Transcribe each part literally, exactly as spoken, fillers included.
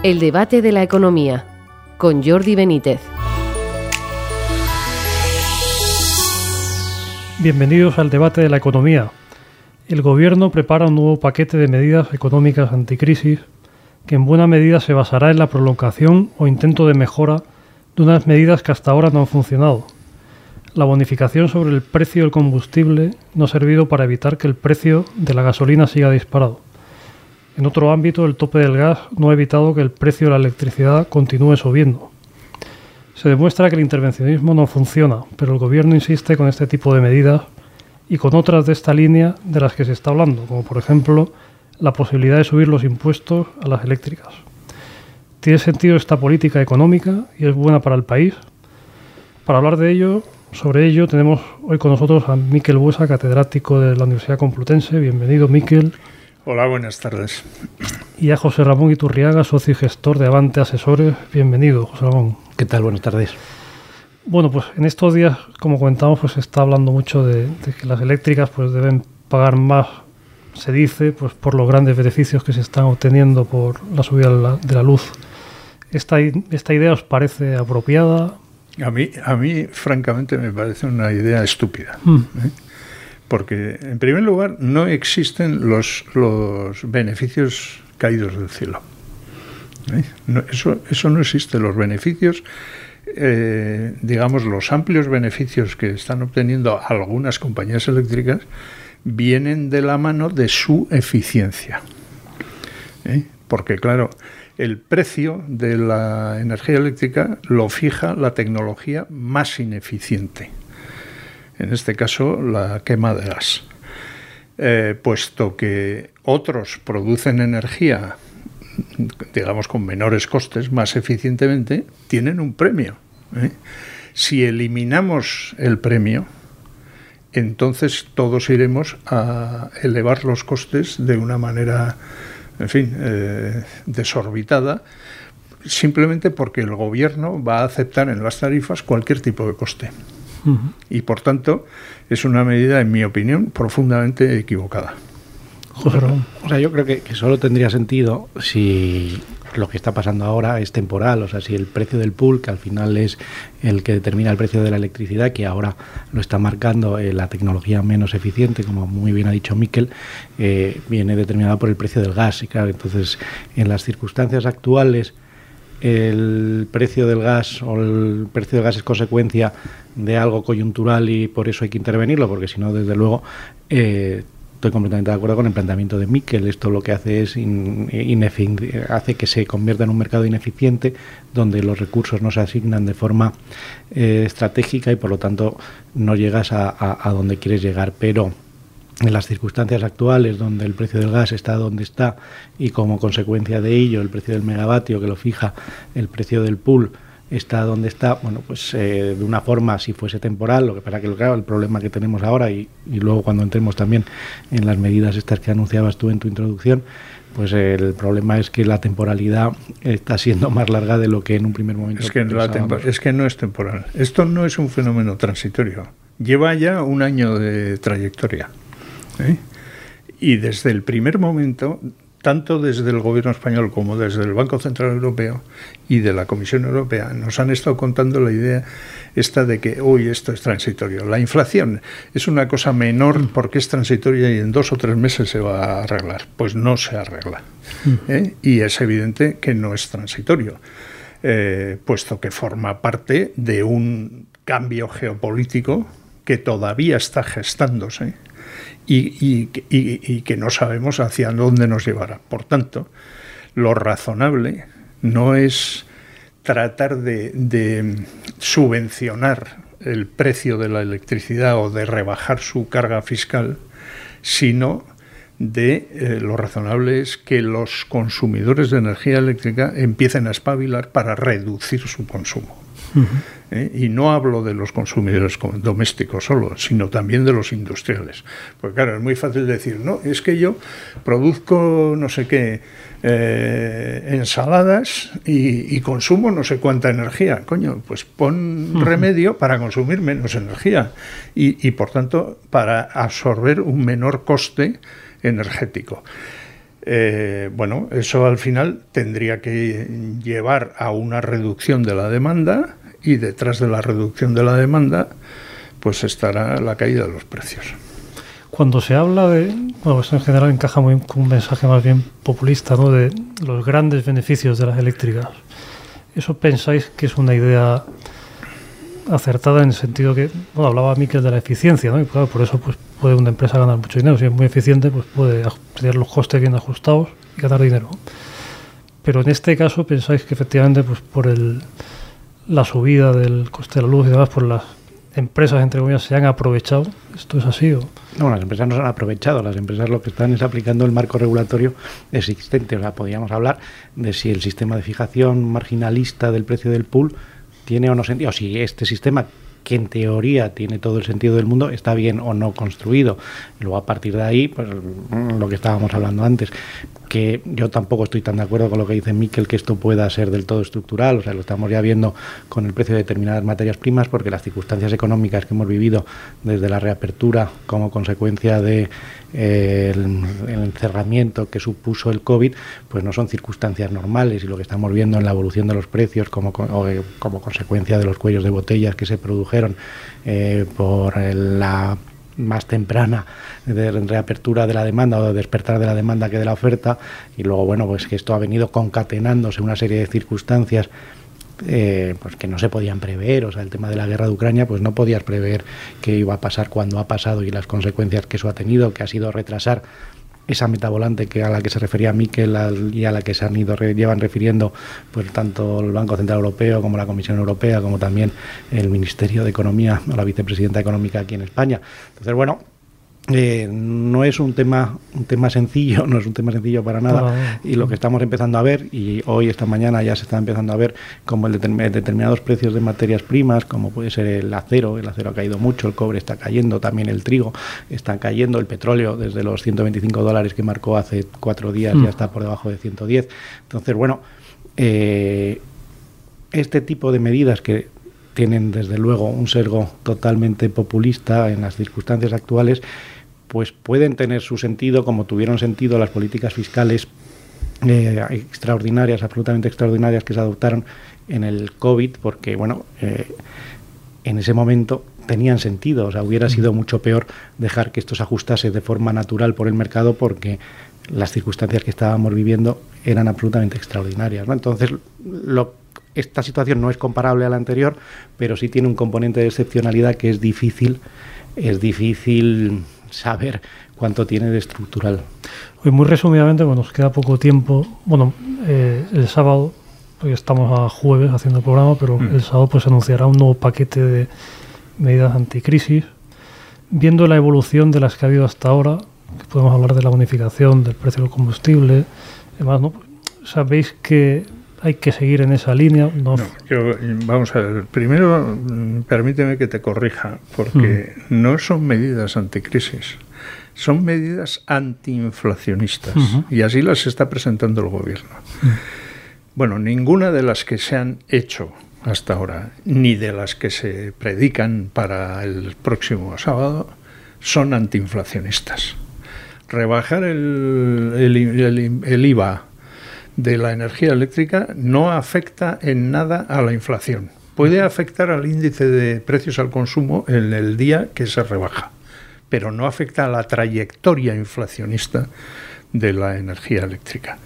El debate de la economía, con Jordi Benítez. Bienvenidos al debate de la economía. El Gobierno prepara un nuevo paquete de medidas económicas anticrisis que en buena medida se basará en la prolongación o intento de mejora de unas medidas que hasta ahora no han funcionado. La bonificación sobre el precio del combustible no ha servido para evitar que el precio de la gasolina siga disparado. En otro ámbito, el tope del gas no ha evitado que el precio de la electricidad continúe subiendo. Se demuestra que el intervencionismo no funciona, pero el Gobierno insiste con este tipo de medidas y con otras de esta línea de las que se está hablando, como por ejemplo la posibilidad de subir los impuestos a las eléctricas. ¿Tiene sentido esta política económica y es buena para el país? Para hablar de ello, sobre ello, tenemos hoy con nosotros a Miquel Buesa, catedrático de la Universidad Complutense. Bienvenido, Miquel. Hola, buenas tardes. Y a José Ramón Iturriaga, socio y gestor de Avante Asesores. Bienvenido, José Ramón. ¿Qué tal? Buenas tardes. Bueno, pues en estos días, como comentamos, pues se está hablando mucho de, de que las eléctricas pues deben pagar más, se dice, pues por los grandes beneficios que se están obteniendo por la subida de la, de la luz. ¿Esta, ¿Esta idea os parece apropiada? A mí, a mí, francamente, me parece una idea estúpida. Mm. ¿eh? Porque, en primer lugar, no existen los, los beneficios caídos del cielo. ¿eh? No, eso, eso no existe. Los beneficios, eh, digamos, los amplios beneficios que están obteniendo algunas compañías eléctricas vienen de la mano de su eficiencia. ¿eh? Porque, claro, el precio de la energía eléctrica lo fija la tecnología más ineficiente. En este caso, la quema de gas. Eh, puesto que otros producen energía, digamos, con menores costes, más eficientemente, tienen un premio. ¿eh? Si eliminamos el premio, entonces todos iremos a elevar los costes de una manera, en fin, eh, desorbitada, simplemente porque el gobierno va a aceptar en las tarifas cualquier tipo de coste. Uh-huh. Y, por tanto, es una medida, en mi opinión, profundamente equivocada. José Ramón. O sea, yo creo que, que solo tendría sentido si lo que está pasando ahora es temporal, o sea, si el precio del pool, que al final es el que determina el precio de la electricidad, que ahora lo está marcando eh, la tecnología menos eficiente, como muy bien ha dicho Miquel, eh, viene determinada por el precio del gas. Y claro, entonces, en las circunstancias actuales, el precio del gas o el precio del gas es consecuencia de algo coyuntural y por eso hay que intervenirlo, porque si no, desde luego, eh, estoy completamente de acuerdo con el planteamiento de Miquel. Esto lo que hace es in, inefic- hace que se convierta en un mercado ineficiente donde los recursos no se asignan de forma eh, estratégica y por lo tanto no llegas a, a, a donde quieres llegar. Pero en las circunstancias actuales, donde el precio del gas está donde está y como consecuencia de ello el precio del megavatio que lo fija el precio del pool está donde está, bueno, pues eh, de una forma, si fuese temporal, lo que pasa que claro, el problema que tenemos ahora y, y luego cuando entremos también en las medidas estas que anunciabas tú en tu introducción, pues eh, el problema es que la temporalidad está siendo más larga de lo que en un primer momento es que, la tempo- es que no es temporal. Esto no es un fenómeno transitorio. Lleva ya un año de trayectoria. ¿eh? Y desde el primer momento, tanto desde el Gobierno español como desde el Banco Central Europeo y de la Comisión Europea, nos han estado contando la idea esta de que, uy, esto es transitorio. La inflación es una cosa menor porque es transitoria y en dos o tres meses se va a arreglar. Pues no se arregla. ¿eh? Y es evidente que no es transitorio, eh, puesto que forma parte de un cambio geopolítico que todavía está gestándose. Y, y, y, y que no sabemos hacia dónde nos llevará. Por tanto, lo razonable no es tratar de, de subvencionar el precio de la electricidad o de rebajar su carga fiscal, sino de eh, lo razonable es que los consumidores de energía eléctrica empiecen a espabilar para reducir su consumo. Uh-huh. ¿Eh? Y no hablo de los consumidores domésticos solo, sino también de los industriales. Porque claro, es muy fácil decir, no, es que yo produzco no sé qué eh, ensaladas y, y consumo no sé cuánta energía. Coño, pues pon uh-huh. remedio para consumir menos energía y, y por tanto para absorber un menor coste energético. Eh, bueno, eso al final tendría que llevar a una reducción de la demanda y detrás de la reducción de la demanda pues estará la caída de los precios. Cuando se habla de, bueno, esto en general encaja muy con un mensaje más bien populista, ¿no?, de los grandes beneficios de las eléctricas. ¿Eso pensáis que es una idea acertada en el sentido que, bueno, hablaba Miquel de la eficiencia, ¿no? Y claro, por eso pues puede una empresa ganar mucho dinero. Si es muy eficiente, pues puede tener los costes bien ajustados y ganar dinero. Pero en este caso, ¿pensáis que efectivamente, pues por el, la subida del coste de la luz y demás, por las empresas, entre comillas, se han aprovechado? ¿Esto es así o...? No, las empresas no se han aprovechado. Las empresas lo que están es aplicando el marco regulatorio existente. O sea, podríamos hablar de si el sistema de fijación marginalista del precio del pool tiene o no sentido, o si este sistema, que en teoría tiene todo el sentido del mundo, está bien o no construido. Y luego, a partir de ahí, pues lo que estábamos hablando antes, que yo tampoco estoy tan de acuerdo con lo que dice Miquel, que esto pueda ser del todo estructural. O sea, lo estamos ya viendo con el precio de determinadas materias primas, porque las circunstancias económicas que hemos vivido desde la reapertura como consecuencia de eh, el, el encerramiento que supuso el COVID, pues no son circunstancias normales, y lo que estamos viendo en la evolución de los precios como, o, como consecuencia de los cuellos de botellas que se produjeron eh, por el, la más temprana de reapertura de la demanda o de despertar de la demanda que de la oferta, y luego, bueno, pues que esto ha venido concatenándose una serie de circunstancias eh, pues que no se podían prever. O sea, el tema de la guerra de Ucrania, pues no podías prever qué iba a pasar cuando ha pasado y las consecuencias que eso ha tenido, que ha sido retrasar esa meta volante que a la que se refería Miquel y a la que se han ido llevan refiriendo pues tanto el Banco Central Europeo como la Comisión Europea, como también el Ministerio de Economía o la Vicepresidenta Económica aquí en España. Entonces, bueno, eh, no es un tema un tema sencillo, no es un tema sencillo para nada, y lo que estamos empezando a ver, y hoy, esta mañana, ya se está empezando a ver como el determin- determinados precios de materias primas, como puede ser el acero. El acero ha caído mucho, el cobre está cayendo, también el trigo está cayendo, el petróleo desde los ciento veinticinco dólares que marcó hace cuatro días mm. ya está por debajo de ciento diez. Entonces, bueno, eh, este tipo de medidas que tienen desde luego un sesgo totalmente populista en las circunstancias actuales, pues pueden tener su sentido, como tuvieron sentido las políticas fiscales eh, extraordinarias, absolutamente extraordinarias, que se adoptaron en el COVID, porque, bueno, eh, en ese momento tenían sentido. O sea, hubiera sido mucho peor dejar que esto se ajustase de forma natural por el mercado, porque las circunstancias que estábamos viviendo eran absolutamente extraordinarias, ¿no? Entonces, lo, esta situación no es comparable a la anterior, pero sí tiene un componente de excepcionalidad que es difícil, es difícil saber cuánto tiene de estructural. Hoy, muy resumidamente, bueno, nos queda poco tiempo. Bueno, eh, el sábado, hoy estamos a jueves haciendo el programa, pero mm. el sábado pues se anunciará un nuevo paquete de medidas anticrisis. Viendo la evolución de las que ha habido hasta ahora, que podemos hablar de la bonificación del precio del combustible, además, ¿no? ¿Sabéis que hay que seguir en esa línea? No, no yo, vamos a ver, primero permíteme que te corrija, porque mm. no son medidas anticrisis, son medidas antiinflacionistas, uh-huh. y así las está presentando el gobierno. Mm. Bueno, ninguna de las que se han hecho hasta ahora, ni de las que se predican para el próximo sábado, son antiinflacionistas. Rebajar el, el, el, el I V A de la energía eléctrica no afecta en nada a la inflación. Puede afectar al índice de precios al consumo en el día que se rebaja, pero no afecta a la trayectoria inflacionista de la energía eléctrica.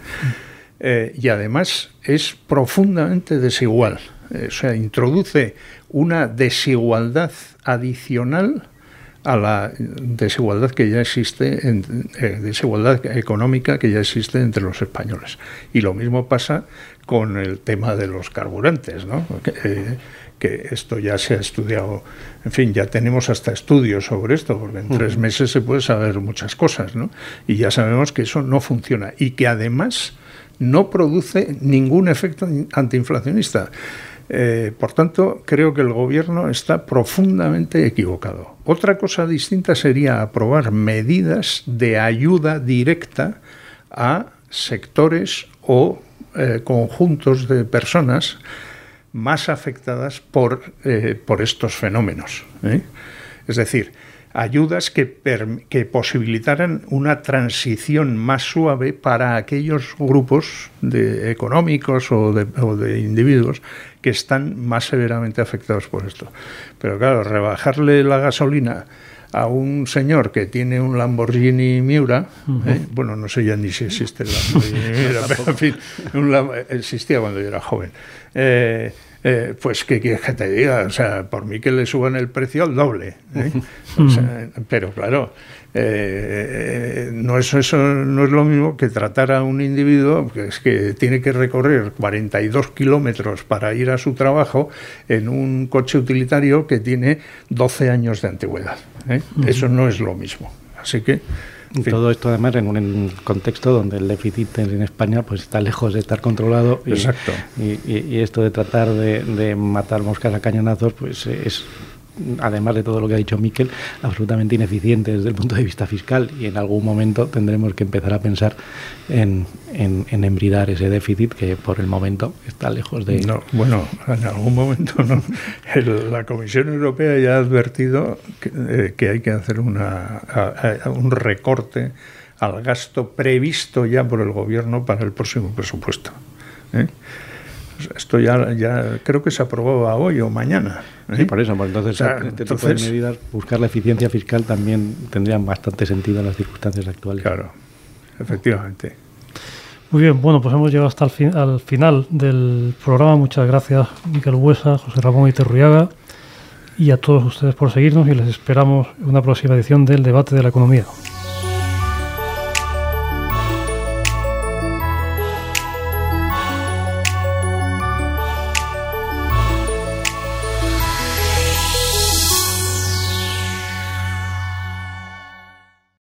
Eh, y además es profundamente desigual. Eh, o sea, introduce una desigualdad adicional a la desigualdad que ya existe, en, eh, desigualdad económica que ya existe entre los españoles. Y lo mismo pasa con el tema de los carburantes, ¿no? Que, eh, que esto ya se ha estudiado, en fin, ya tenemos hasta estudios sobre esto, porque en uh-huh. tres meses se puede saber muchas cosas, ¿no? Y ya sabemos que eso no funciona y que además no produce ningún efecto antiinflacionista. Eh, por tanto, creo que el gobierno está profundamente equivocado. Otra cosa distinta sería aprobar medidas de ayuda directa a sectores o eh, conjuntos de personas más afectadas por, eh, por estos fenómenos, ¿eh? Es decir, ayudas que, per, que posibilitaran una transición más suave para aquellos grupos de, económicos o de, o de individuos que están más severamente afectados por esto. Pero claro, rebajarle la gasolina a un señor que tiene un Lamborghini Miura, uh-huh. ¿eh? bueno, no sé ya ni si existe el Lamborghini Miura, pero en fin, un, existía cuando yo era joven. Eh, Eh, pues qué quieres que te diga, o sea, por mí que le suban el precio al doble, ¿eh? o sea, pero claro, eh, no es eso, no es lo mismo que tratar a un individuo que es que tiene que recorrer cuarenta y dos kilómetros para ir a su trabajo en un coche utilitario que tiene doce años de antigüedad, ¿eh? Uh-huh. Eso no es lo mismo, así que y todo esto además en un contexto donde el déficit en España pues está lejos de estar controlado y, Exacto. y, y, y esto de tratar de, de matar moscas a cañonazos pues es, además de todo lo que ha dicho Miquel, absolutamente ineficiente desde el punto de vista fiscal, y en algún momento tendremos que empezar a pensar en, en, en embridar ese déficit que por el momento está lejos de... No, bueno, en algún momento no. El, la Comisión Europea ya ha advertido que, eh, que hay que hacer una, a, a, un recorte al gasto previsto ya por el Gobierno para el próximo presupuesto, ¿eh? Esto ya, ya creo que se aprobaba hoy o mañana, ¿eh? Sí, por eso, pues entonces, o sea, este entonces, tipo de medidas, buscar la eficiencia fiscal también tendrían bastante sentido en las circunstancias actuales. Claro, efectivamente. Muy bien, bueno, pues hemos llegado hasta el fin, al final del programa. Muchas gracias, Miquel Buesa, José Ramón Iturriaga, y a todos ustedes por seguirnos, y les esperamos en una próxima edición del Debate de la Economía.